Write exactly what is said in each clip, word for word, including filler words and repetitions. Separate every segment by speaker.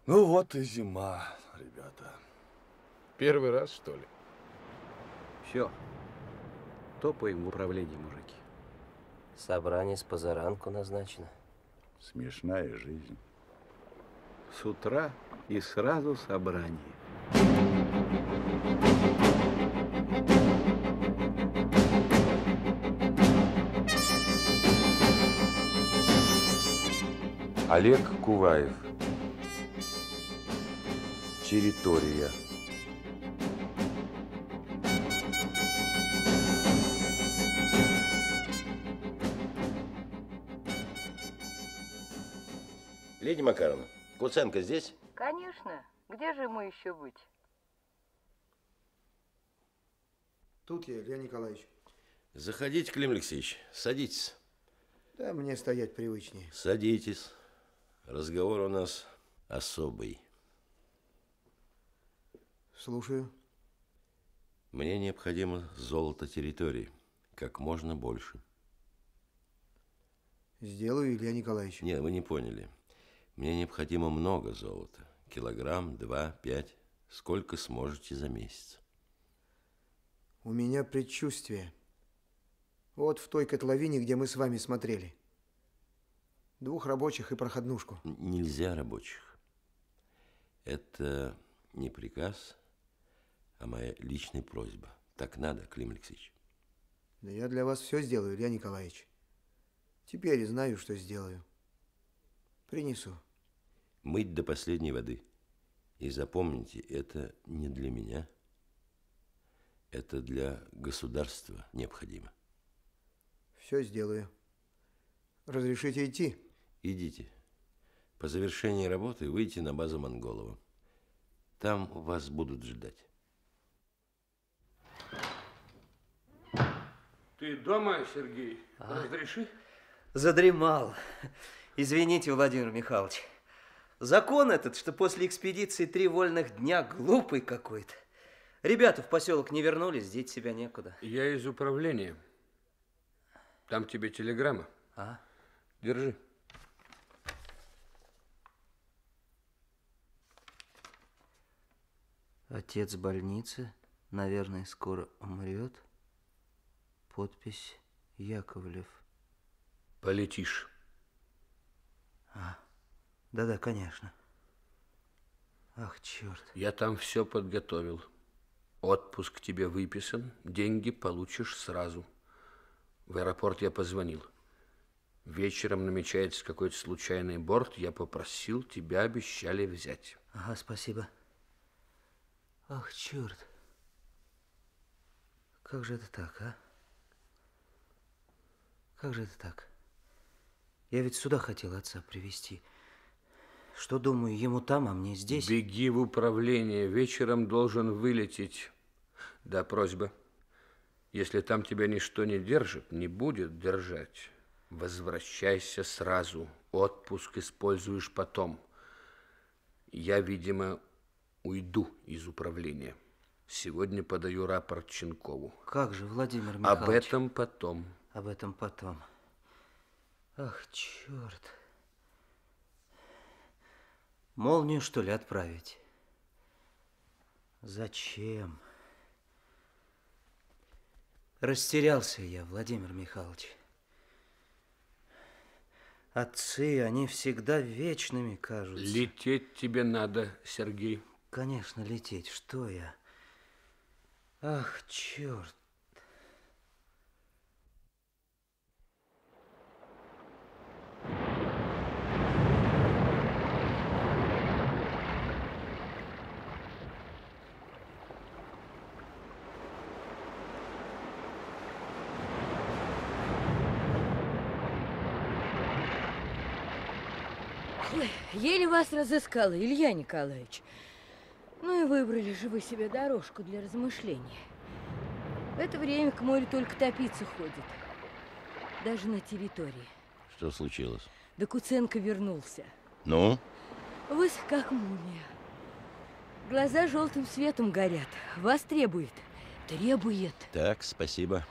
Speaker 1: Ну вот и зима, ребята.
Speaker 2: Первый раз, что ли?
Speaker 3: Все. Топаем в управление, мужики.
Speaker 4: Собрание с позаранку назначено.
Speaker 5: Смешная жизнь.
Speaker 3: С утра и сразу собрание.
Speaker 6: Олег Куваев. Территория.
Speaker 7: Лидия Макаровна, Куценко здесь?
Speaker 8: Конечно. Где же ему еще быть?
Speaker 9: Тут я, Илья Николаевич.
Speaker 7: Заходите, Клим Алексеевич, садитесь.
Speaker 9: Да, мне стоять привычнее.
Speaker 7: Садитесь. Разговор у нас особый.
Speaker 9: Слушаю.
Speaker 7: Мне необходимо золото территории. Как можно больше.
Speaker 9: Сделаю, Илья Николаевич.
Speaker 7: Нет, вы не поняли. Мне необходимо много золота. Килограмм, два, пять. Сколько сможете за месяц?
Speaker 9: У меня предчувствие. Вот в той котловине, где мы с вами смотрели. Двух рабочих и проходнушку.
Speaker 7: Нельзя рабочих. Это не приказ, а моя личная просьба. Так надо, Клим Алексеевич.
Speaker 9: Да я для вас все сделаю, Илья Николаевич. Теперь знаю, что сделаю. Принесу.
Speaker 7: Мыть до последней воды. И запомните, это не для меня. Это для государства необходимо.
Speaker 9: Все сделаю. Разрешите идти?
Speaker 7: Идите. По завершении работы выйти на базу Монголова. Там вас будут ждать.
Speaker 2: Ты дома, Сергей? А? Разреши?
Speaker 4: Задремал. Извините, Владимир Михайлович. Закон этот, что после экспедиции три вольных дня, глупый какой-то. Ребята в поселок не вернулись, деть себя некуда.
Speaker 2: Я из управления. Там тебе телеграмма.
Speaker 4: А?
Speaker 2: Держи.
Speaker 4: Отец в больнице, наверное, скоро умрет. Подпись Яковлев.
Speaker 2: Полетишь.
Speaker 4: А, да-да, конечно. Ах, черт.
Speaker 2: Я там все подготовил. Отпуск тебе выписан, деньги получишь сразу. В аэропорт я позвонил. Вечером намечается какой-то случайный борт. Я попросил, тебя обещали взять.
Speaker 4: Ага, спасибо. Ах, черт. Как же это так, а? Как же это так? Я ведь сюда хотел отца привезти. Что, думаю, ему там, а мне здесь?
Speaker 2: Беги в управление. Вечером должен вылететь. Да, просьба. Если там тебя ничто не держит, не будет держать, возвращайся сразу. Отпуск используешь потом. Я, видимо, уйду из управления. Сегодня подаю рапорт Ченкову.
Speaker 4: Как же, Владимир Михайлович?
Speaker 2: Об этом потом.
Speaker 4: Об этом потом. Ах, черт. Молнию, что ли, отправить? Зачем? Растерялся я, Владимир Михайлович. Отцы, они всегда вечными кажутся.
Speaker 2: Лететь тебе надо, Сергей.
Speaker 4: Конечно, лететь. Что я? Ах, черт.
Speaker 8: Ой, еле вас разыскала, Илья Николаевич. Ну и выбрали же вы себе дорожку для размышления. В это время к морю только топиться ходит. Даже на территории.
Speaker 7: Что случилось?
Speaker 8: Да Куценко вернулся.
Speaker 7: Ну?
Speaker 8: Вы как мумия. Глаза желтым светом горят. Вас требует. Требует.
Speaker 7: Так, спасибо.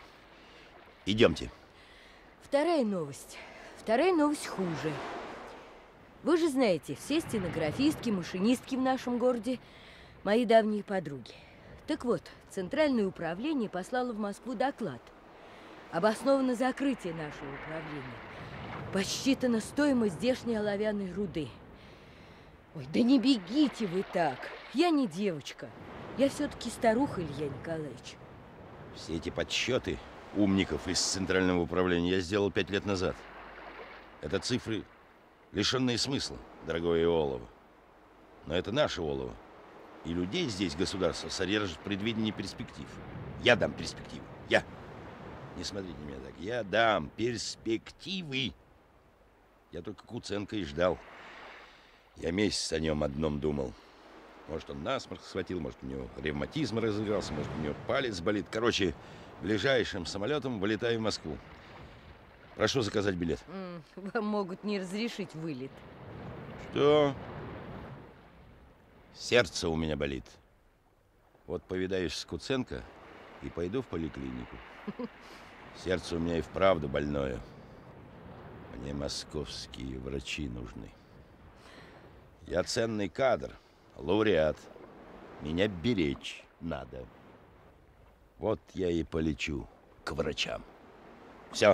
Speaker 7: Идемте.
Speaker 8: Вторая новость. Вторая новость хуже. Вы же знаете, все стенографистки, машинистки в нашем городе – мои давние подруги. Так вот, Центральное управление послало в Москву доклад. Обосновано закрытие нашего управления. Подсчитана стоимость здешней оловянной руды. Ой, да не бегите вы так. Я не девочка. Я все-таки старуха, Илья Николаевич.
Speaker 7: Все эти подсчеты умников из Центрального управления я сделал пять лет назад. Это цифры, лишенные смысла, дорогое олово. Но это наше олово. И людей здесь государство содержит в предвидении перспектив. Я дам перспективы. Я. Не смотрите на меня так. Я дам перспективы. Я только Куценко и ждал. Я месяц о нем одном думал. Может, он насморк схватил, может, у него ревматизм разыгрался, может, у него палец болит. Короче, ближайшим самолетом вылетаю в Москву. Прошу заказать билет.
Speaker 8: Вам могут не разрешить вылет.
Speaker 7: Что? Сердце у меня болит. Вот повидаюсь с Куценко и пойду в поликлинику. Сердце у меня и вправду больное. Мне московские врачи нужны. Я ценный кадр, лауреат. Меня беречь надо. Вот я и полечу к врачам. Все.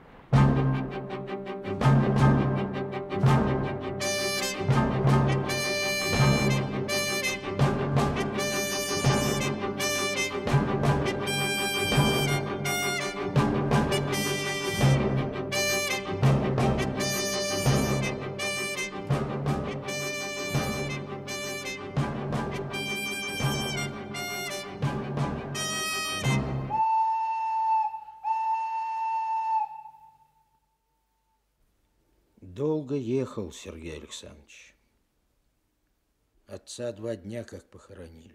Speaker 10: Долго ехал Сергей Александрович. Отца два дня как похоронили.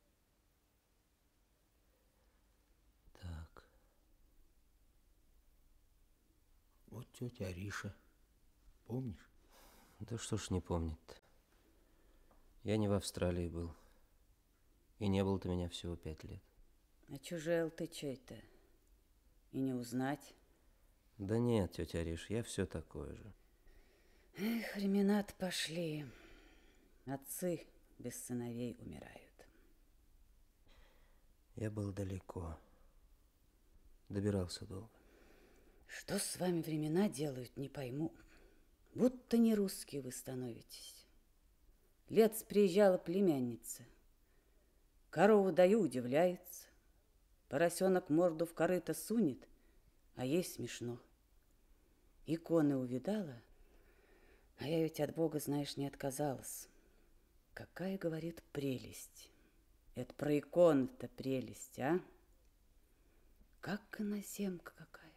Speaker 4: Так.
Speaker 10: Вот тетя Ариша. Помнишь?
Speaker 4: Да что ж не помнит. Я не в Австралии был. И не был-то меня всего пять лет.
Speaker 11: А чужел ты чё это? И не узнать?
Speaker 4: Да нет, тетя Ариша, я все такое же.
Speaker 11: Эх, времена-то пошли. Отцы без сыновей умирают.
Speaker 4: Я был далеко. Добирался долго.
Speaker 11: Что с вами времена делают, не пойму. Будто не русские вы становитесь. Летс приезжала племянница. Корову даю, удивляется. Поросенок морду в корыто сунет, а ей смешно. Иконы увидала, а я ведь от Бога, знаешь, не отказалась. Какая, говорит, прелесть. Это про иконы-то прелесть, а? Как иноземка какая.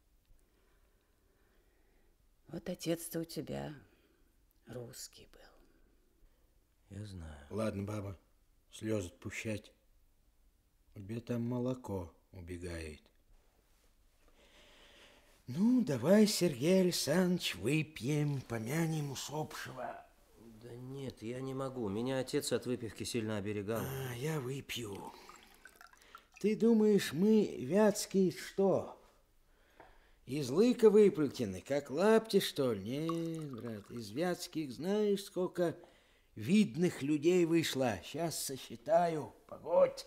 Speaker 11: Вот отец-то у тебя русский был.
Speaker 4: Я знаю.
Speaker 10: Ладно, баба, слезы пущать. У тебя там молоко убегает. Ну, давай, Сергей Александрович, выпьем, помянем усопшего.
Speaker 4: Да нет, я не могу. Меня отец от выпивки сильно оберегал.
Speaker 10: А, я выпью. Ты думаешь, мы, вятские, что? Из лыка выплетены, как лапти, что ли? Нет, брат, из вятских знаешь, сколько видных людей вышло. Сейчас сосчитаю, погодь.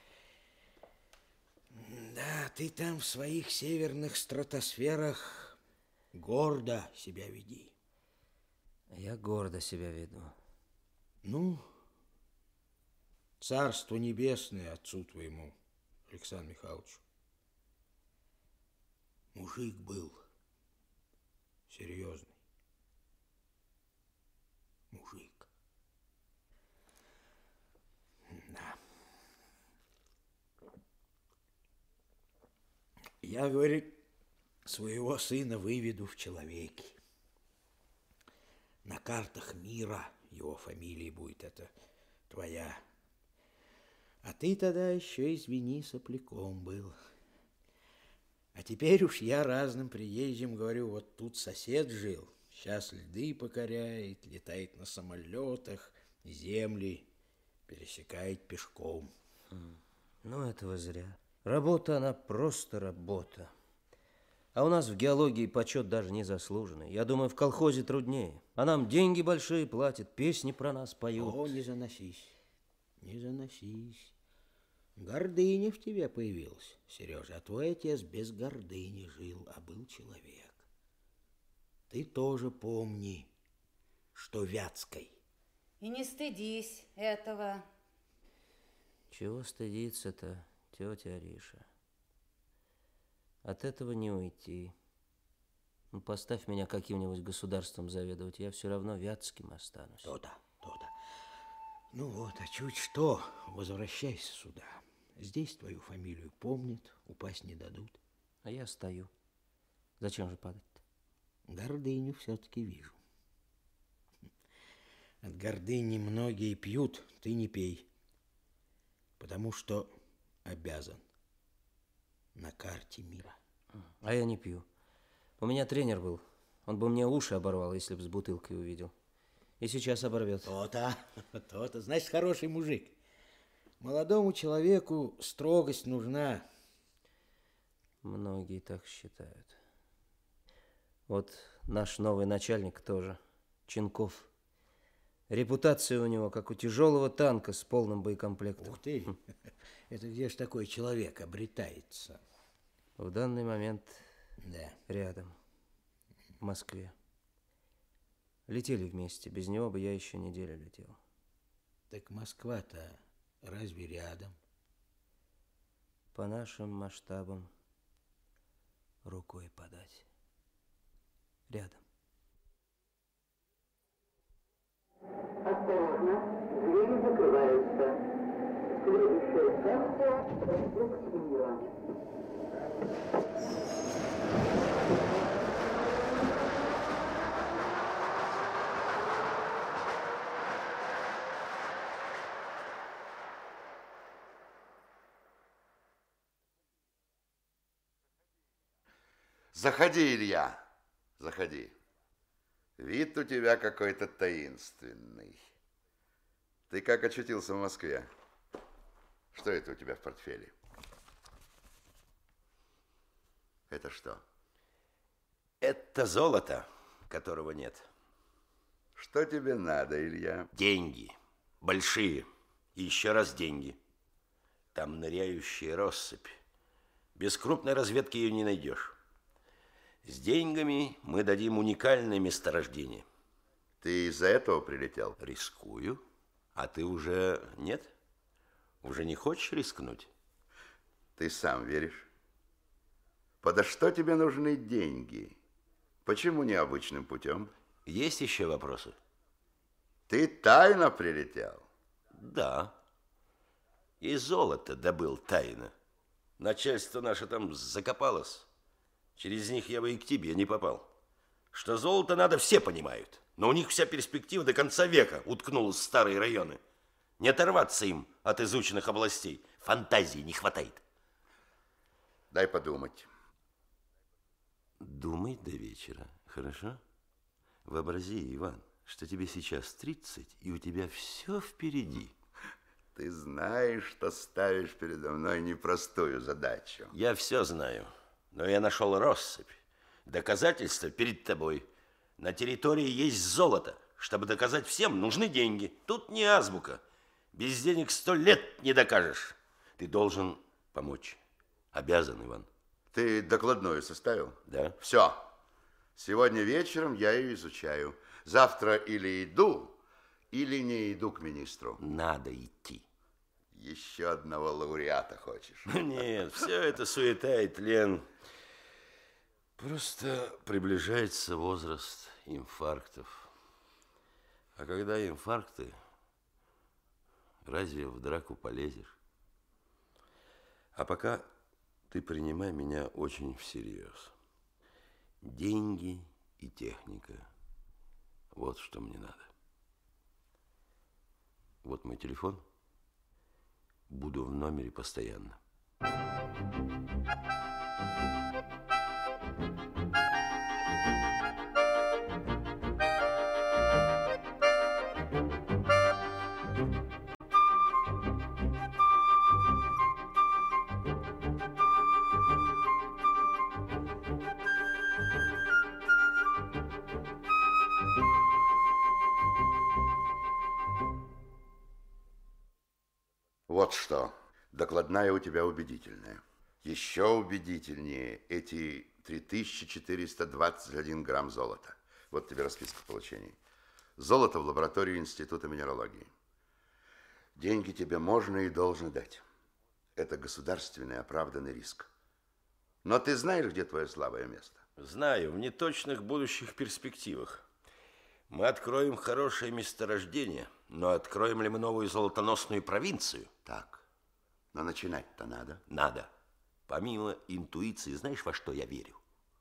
Speaker 10: Да, ты там в своих северных стратосферах гордо себя веди.
Speaker 4: Я гордо себя веду.
Speaker 10: Ну, царство небесное отцу твоему, Александру Михайловичу. Мужик был серьезный. Мужик. Да. Я, говорит, своего сына выведу в человеки. На картах мира его фамилия будет, это твоя. А ты тогда еще, извини, сопляком был. А теперь уж я разным приезжим говорю, вот тут сосед жил, сейчас льды покоряет, летает на самолетах, земли пересекает пешком.
Speaker 4: Ну, этого зря. Работа, она просто работа. А у нас в геологии почет даже не заслуженный. Я думаю, в колхозе труднее. А нам деньги большие платят, песни про нас поют.
Speaker 10: О, не заносись, не заносись. Гордыня в тебе появилась, Сережа. А твой отец без гордыни жил, а был человек. Ты тоже помни, что Вятской.
Speaker 11: И не стыдись этого.
Speaker 4: Чего стыдиться-то, тетя Ариша? От этого не уйти. Ну, поставь меня каким-нибудь государством заведовать, я все равно Вятским останусь.
Speaker 10: То-то, то-то. Ну вот, а чуть что, возвращайся сюда. Здесь твою фамилию помнят, упасть не дадут.
Speaker 4: А я стою. Зачем же падать-то?
Speaker 10: Гордыню все-таки вижу. От гордыни многие пьют, ты не пей. Потому что обязан. На карте мира.
Speaker 4: А я не пью. У меня тренер был. Он бы мне уши оборвал, если бы с бутылкой увидел. И сейчас оборвет.
Speaker 10: То-то, то-то. Значит, хороший мужик. Молодому человеку строгость нужна.
Speaker 4: Многие так считают. Вот наш новый начальник тоже. Ченков. Репутация у него, как у тяжелого танка с полным боекомплектом.
Speaker 10: Ух ты! Это где ж такой человек обретается?
Speaker 4: В данный момент
Speaker 10: да.
Speaker 4: Рядом. В Москве. Летели вместе. Без него бы я еще неделю летел.
Speaker 10: Так Москва-то разве рядом?
Speaker 4: По нашим масштабам рукой подать. Рядом.
Speaker 12: Осторожно, двери закрываются. Следующая станция – проспект Мира.
Speaker 6: Заходи, Илья, заходи. Вид у тебя какой-то таинственный. Ты как очутился в Москве? Что это у тебя в портфеле? Это что?
Speaker 7: Это золото, которого нет.
Speaker 6: Что тебе надо, Илья?
Speaker 7: Деньги. Большие. И еще раз деньги. Там ныряющая россыпь. Без крупной разведки ее не найдешь. С деньгами мы дадим уникальное месторождение.
Speaker 6: Ты из-за этого прилетел?
Speaker 7: Рискую. А ты уже нет? Уже не хочешь рискнуть?
Speaker 6: Ты сам веришь? Подо что тебе нужны деньги? Почему необычным путем?
Speaker 7: Есть еще вопросы?
Speaker 6: Ты тайно прилетел?
Speaker 7: Да. И золото добыл тайно. Начальство наше там закопалось. Через них я бы и к тебе не попал. Что золото надо, все понимают. Но у них вся перспектива до конца века уткнулась в старые районы. Не оторваться им от изученных областей. Фантазии не хватает.
Speaker 6: Дай подумать.
Speaker 7: Думай до вечера, хорошо? Вообрази, Иван, что тебе сейчас тридцать, и у тебя все впереди.
Speaker 6: Ты знаешь, что ставишь передо мной непростую задачу.
Speaker 7: Я все знаю, но я нашел россыпь. Доказательства перед тобой. На территории есть золото. Чтобы доказать всем, нужны деньги. Тут не азбука. Без денег сто лет не докажешь. Ты должен помочь. Обязан, Иван.
Speaker 6: Ты докладную составил?
Speaker 7: Да.
Speaker 6: Все. Сегодня вечером я ее изучаю. Завтра или иду, или не иду к министру.
Speaker 7: Надо идти.
Speaker 6: Еще одного лауреата хочешь?
Speaker 7: Нет, все это суета и тлен. Просто приближается возраст инфарктов. А когда инфаркты, разве в драку полезешь? А пока ты принимай меня очень всерьез. Деньги и техника. Вот что мне надо. Вот мой телефон. Буду в номере постоянно.
Speaker 6: Вот что. Докладная у тебя убедительная. Еще убедительнее эти три тысячи четыреста двадцать один грамм золота. Вот тебе расписка получений. Золото в лаборатории Института минералогии. Деньги тебе можно и должны дать. Это государственный оправданный риск. Но ты знаешь, где твое слабое место?
Speaker 7: Знаю, в неточных будущих перспективах. Мы откроем хорошее месторождение, но откроем ли мы новую золотоносную провинцию?
Speaker 6: Так. Но начинать-то надо.
Speaker 7: Надо. Помимо интуиции, знаешь, во что я верю?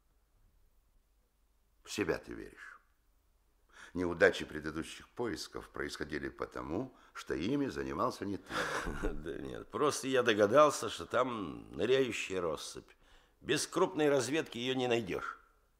Speaker 6: В себя ты веришь. Неудачи предыдущих поисков происходили потому, что ими занимался не ты.
Speaker 7: Да нет, просто я догадался, что там ныряющая россыпь. Без крупной разведки ее не найдешь.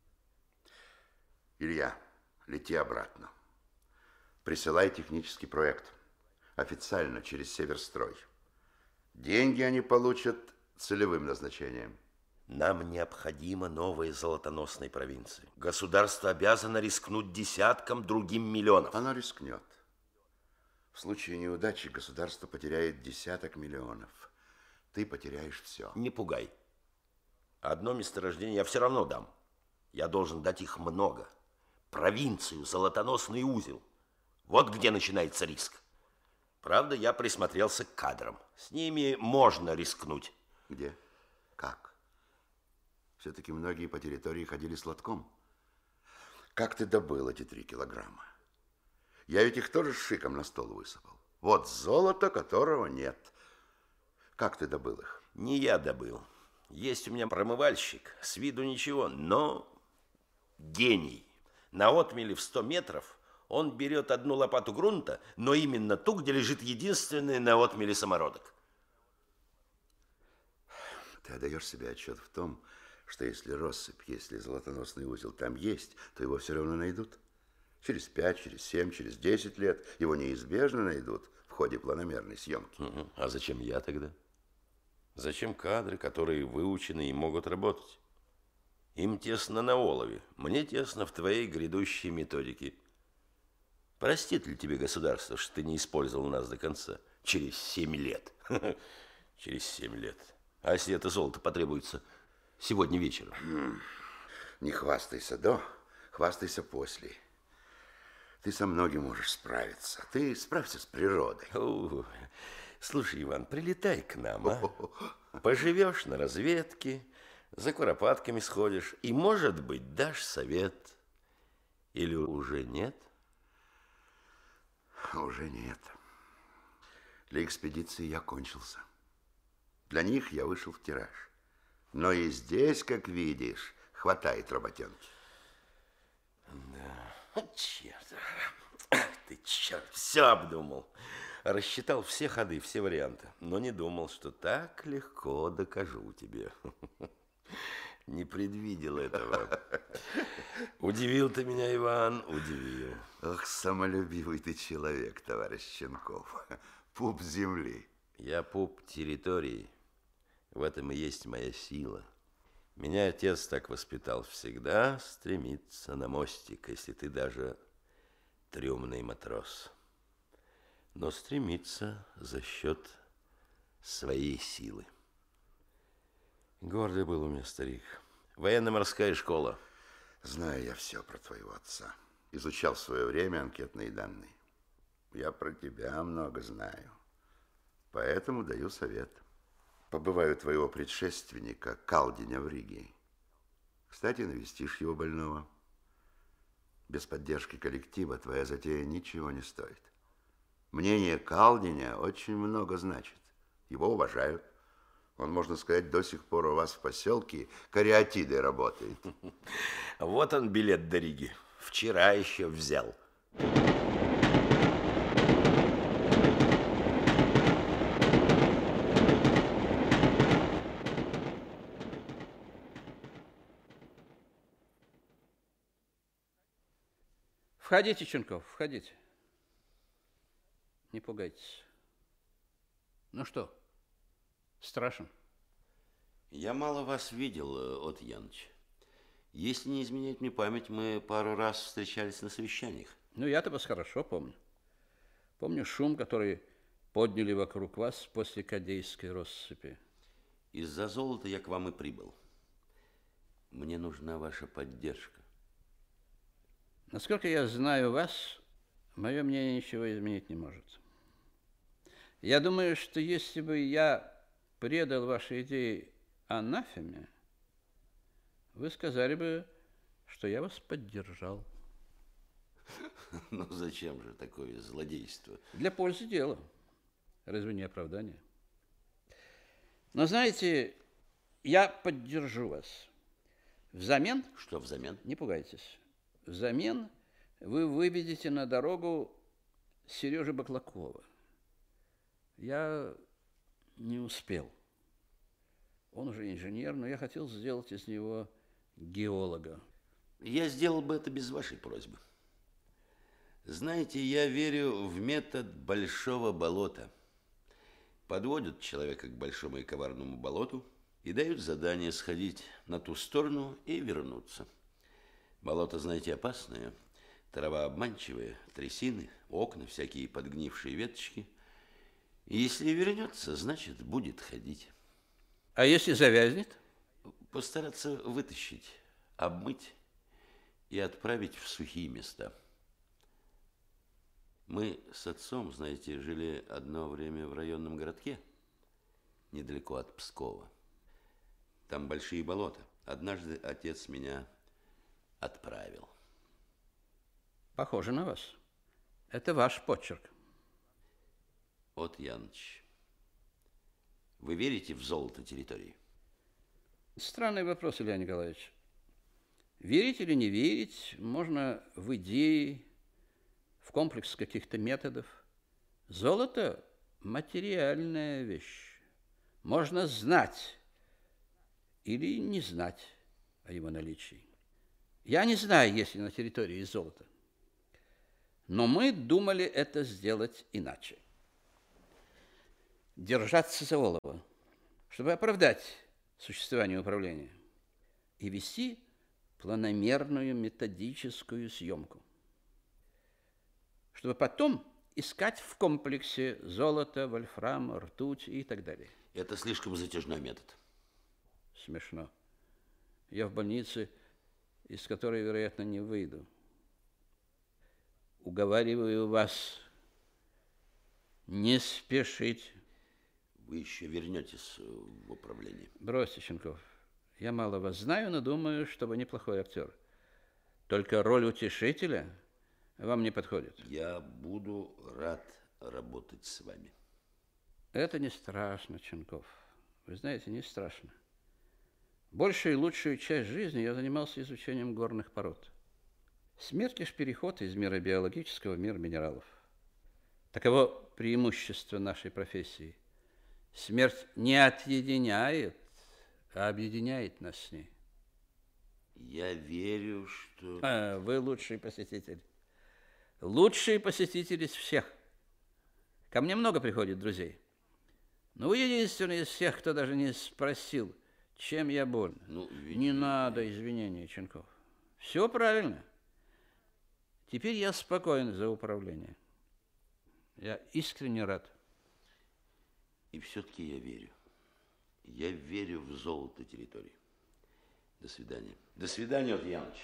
Speaker 6: Илья, лети обратно. Присылай технический проект. Официально, через Северстрой. Деньги они получат целевым назначением.
Speaker 7: Нам необходима новая золотоносная провинция. Государство обязано рискнуть десяткам другим миллионов.
Speaker 6: Оно рискнет. В случае неудачи государство потеряет десяток миллионов. Ты потеряешь все.
Speaker 7: Не пугай. Одно месторождение я все равно дам. Я должен дать их много. Провинцию, золотоносный узел. Вот где начинается риск. Правда, я присмотрелся к кадрам. С ними можно рискнуть.
Speaker 6: Где? Как? Все-таки многие по территории ходили с лотком. Как ты добыл эти три килограмма? Я ведь их тоже с шиком на стол высыпал. Вот золото, которого нет. Как ты добыл их?
Speaker 7: Не я добыл. Есть у меня промывальщик. С виду ничего, но гений. На отмеле в сто метров он берет одну лопату грунта, но именно ту, где лежит единственный на отмеле самородок.
Speaker 6: Ты отдаешь себе отчет в том, что если россыпь, если золотоносный узел там есть, то его все равно найдут. Через пять, через семь, через десять лет его неизбежно найдут в ходе планомерной съемки.
Speaker 7: Угу. А зачем я тогда? Зачем кадры, которые выучены и могут работать? Им тесно на олове, мне тесно в твоей грядущей методике. Простит ли тебе государство, что ты не использовал нас до конца? Через семь лет. Через семь лет. А если это золото потребуется сегодня вечером?
Speaker 6: Не хвастайся до, хвастайся после. Ты со многим можешь справиться. Ты справься с природой.
Speaker 7: О, слушай, Иван, прилетай к нам, а? Поживешь на разведке, за куропатками сходишь и, может быть, дашь совет. Или уже нет?
Speaker 6: Уже нет. Для экспедиции я кончился. Для них я вышел в тираж. Но и здесь, как видишь, хватает работенки.
Speaker 7: Да, черт. Ты, черт, все обдумал. Рассчитал все ходы, все варианты. Но не думал, что так легко докажу тебе. Не предвидел этого. Удивил ты меня, Иван, удивил.
Speaker 6: Ох, самолюбивый ты человек, товарищ Щенков. Пуп земли.
Speaker 7: Я пуп территории. В этом и есть моя сила. Меня отец так воспитал: всегда стремиться на мостик, если ты даже трюмный матрос. Но стремиться за счет своей силы. Гордый был у меня старик. Военно-морская школа.
Speaker 6: Знаю я все про твоего отца. Изучал в свое время анкетные данные. Я про тебя много знаю. Поэтому даю совет. Побываю твоего предшественника Калдиня в Риге. Кстати, навестишь его больного. Без поддержки коллектива твоя затея ничего не стоит. Мнение Калдиня очень много значит. Его уважают. Он, можно сказать, до сих пор у вас в поселке кариатидой работает.
Speaker 7: Вот он, билет до Риги. Вчера еще взял.
Speaker 13: Входите, Щенков, входите. Не пугайтесь. Ну что, страшен?
Speaker 7: Я мало вас видел, От Яныч. Если не изменяет мне память, мы пару раз встречались на совещаниях.
Speaker 13: Ну, я-то вас хорошо помню. Помню шум, который подняли вокруг вас после Кадейской россыпи.
Speaker 7: Из-за золота я к вам и прибыл. Мне нужна ваша поддержка.
Speaker 13: Насколько я знаю вас, мое мнение ничего изменить не может. Я думаю, что если бы я предал ваши идеи анафеме, вы сказали бы, что я вас поддержал.
Speaker 7: Ну зачем же такое злодейство?
Speaker 13: Для пользы дела. Разве не оправдание? Но знаете, я поддержу вас. Взамен...
Speaker 7: Что взамен?
Speaker 13: Не пугайтесь. Взамен вы выведете на дорогу Сережу Баклакова. Я не успел. Он уже инженер, но я хотел сделать из него геолога.
Speaker 7: Я сделал бы это без вашей просьбы. Знаете, я верю в метод большого болота. Подводят человека к большому и коварному болоту и дают задание сходить на ту сторону и вернуться. Болото, знаете, опасное. Трава обманчивая, трясины, окна, всякие подгнившие веточки. И если вернется, значит, будет ходить.
Speaker 13: А если завязнет?
Speaker 7: Постараться вытащить, обмыть и отправить в сухие места. Мы с отцом, знаете, жили одно время в районном городке, недалеко от Пскова. Там большие болота. Однажды отец меня отправил.
Speaker 13: Похоже на вас. Это ваш почерк.
Speaker 7: Вот, Яныч, вы верите в золото территории?
Speaker 13: Странный вопрос, Илья Николаевич. Верить или не верить можно в идеи, в комплекс каких-то методов. Золото – материальная вещь. Можно знать или не знать о его наличии. Я не знаю, есть ли на территории золото. Но мы думали это сделать иначе. Держаться за олово, чтобы оправдать существование управления и вести планомерную методическую съемку, чтобы потом искать в комплексе золото, вольфрам, ртуть и так далее.
Speaker 7: Это слишком затяжной метод.
Speaker 13: Смешно. Я в больнице, из которой, вероятно, не выйду. Уговариваю вас не спешить.
Speaker 7: Вы еще вернетесь в управление.
Speaker 13: Бросьте, Щенков. Я мало вас знаю, но думаю, что вы неплохой актер. Только роль утешителя вам не подходит.
Speaker 7: Я буду рад работать с вами.
Speaker 13: Это не страшно, Щенков. Вы знаете, не страшно. Большую и лучшую часть жизни я занимался изучением горных пород. Смерть лишь переход из мира биологического в мир минералов. Таково преимущество нашей профессии. Смерть не отъединяет, а объединяет нас с ней.
Speaker 7: Я верю, что...
Speaker 13: А, вы лучший посетитель. Лучший посетитель из всех. Ко мне много приходит друзей. Но вы единственный из всех, кто даже не спросил, чем я болен.
Speaker 7: Ну, ведь...
Speaker 13: Не надо извинений, Щенков. Все правильно. Теперь я спокоен за управление. Я искренне рад.
Speaker 7: И все-таки я верю. Я верю в золото территории. До свидания. До свидания, вот Яныч.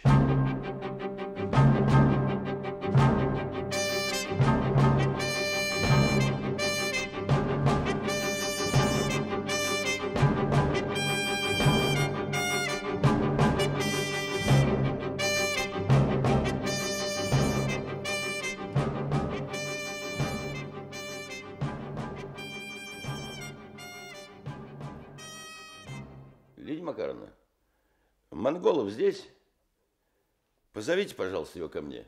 Speaker 7: Лидия Макаровна, Монголов здесь? Позовите, пожалуйста, его ко мне.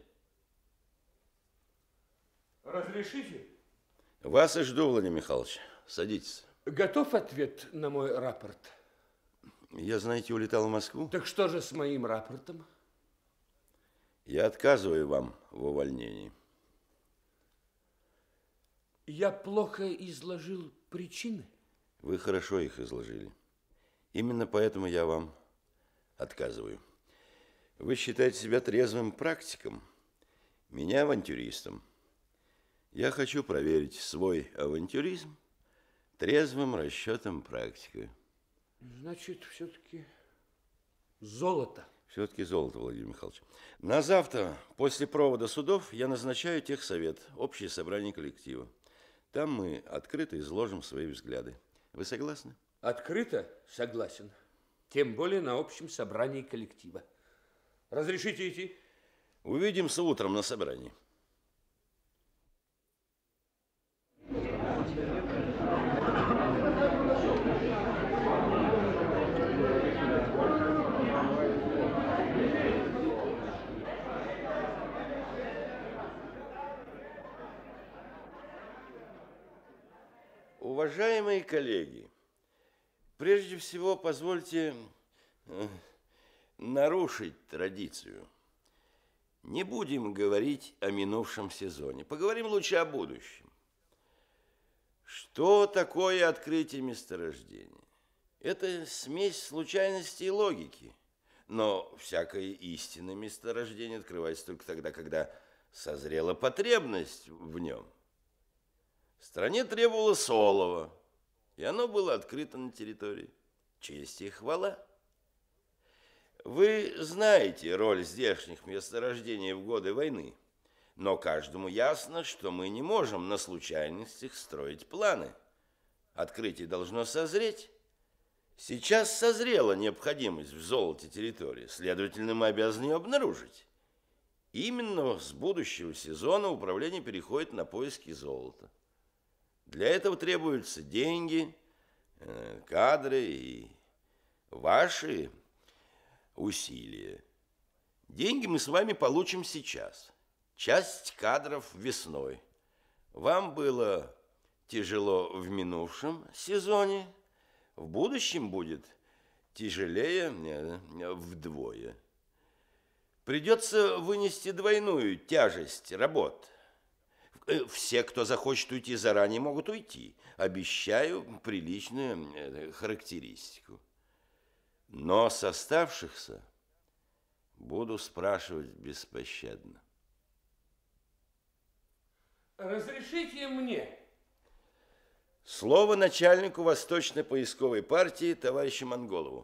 Speaker 2: Разрешите?
Speaker 7: Вас и жду, Владимир Михайлович. Садитесь.
Speaker 2: Готов ответ на мой рапорт?
Speaker 7: Я, знаете, улетал в Москву.
Speaker 2: Так что же с моим рапортом?
Speaker 7: Я отказываю вам в увольнении.
Speaker 2: Я плохо изложил причины?
Speaker 7: Вы хорошо их изложили. Именно поэтому я вам отказываю. Вы считаете себя трезвым практиком, меня авантюристом. Я хочу проверить свой авантюризм трезвым расчетом практикой.
Speaker 2: Значит, все-таки золото.
Speaker 7: Все-таки золото, Владимир Михайлович. На завтра, после провода судов, я назначаю техсовет, общее собрание коллектива. Там мы открыто изложим свои взгляды. Вы согласны?
Speaker 2: Открыто согласен. Тем более на общем собрании коллектива. Разрешите идти?
Speaker 7: Увидимся утром на собрании. Уважаемые коллеги, прежде всего позвольте э, нарушить традицию. Не будем говорить о минувшем сезоне, поговорим лучше о будущем. Что такое открытие месторождения? Это смесь случайности и логики. Но всякое истинное месторождение открывается только тогда, когда созрела потребность в нем. Стране требовалось олово, и оно было открыто на территории. Честь и хвала. Вы знаете роль здешних месторождений в годы войны, но каждому ясно, что мы не можем на случайностях строить планы. Открытие должно созреть. Сейчас созрела необходимость в золоте территории, следовательно, мы обязаны ее обнаружить. Именно с будущего сезона управление переходит на поиски золота. Для этого требуются деньги, кадры и ваши усилия. Деньги мы с вами получим сейчас. Часть кадров весной. Вам было тяжело в минувшем сезоне, в будущем будет тяжелее вдвое. Придется вынести двойную тяжесть работ. Все, кто захочет уйти заранее, могут уйти. Обещаю приличную характеристику. Но с оставшихся буду спрашивать беспощадно.
Speaker 2: Разрешите мне?
Speaker 7: Слово начальнику Восточной поисковой партии товарищу Монголову.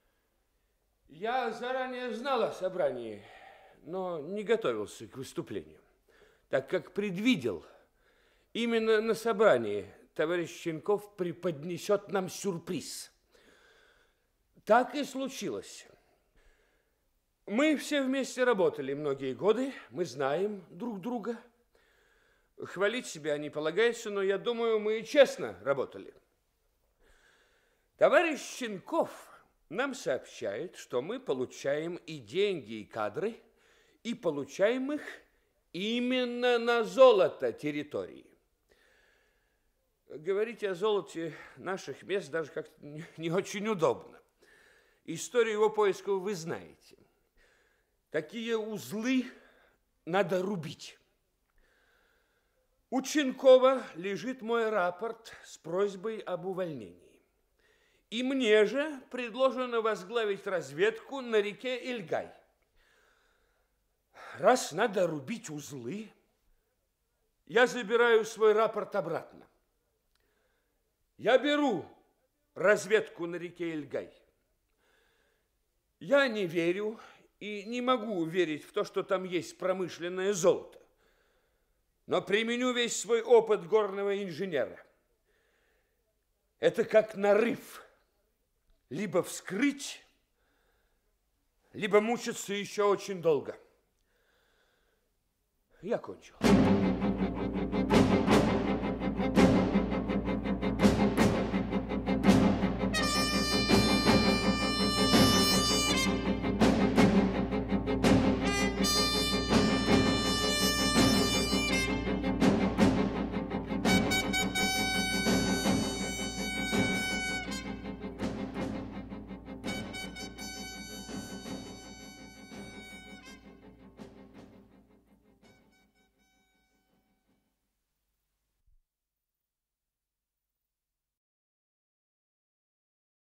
Speaker 2: Я заранее знал о собрании, но не готовился к выступлению, так как предвидел, именно на собрании товарищ Щенков преподнесет нам сюрприз. Так и случилось. Мы все вместе работали многие годы, мы знаем друг друга. Хвалить себя не полагается, но я думаю, мы честно работали. Товарищ Щенков нам сообщает, что мы получаем и деньги, и кадры, и получаем их именно на золото территории. Говорить о золоте наших мест даже как-то не очень удобно. Историю его поисков вы знаете. Такие узлы надо рубить. У Ченкова лежит мой рапорт с просьбой об увольнении. И мне же предложено возглавить разведку на реке Ильгай. Раз надо рубить узлы, я забираю свой рапорт обратно. Я беру разведку на реке Ильгай. Я не верю и не могу верить в то, что там есть промышленное золото. Но применю весь свой опыт горного инженера. Это как нарыв. Либо вскрыть, либо мучиться еще очень долго. Я кончил.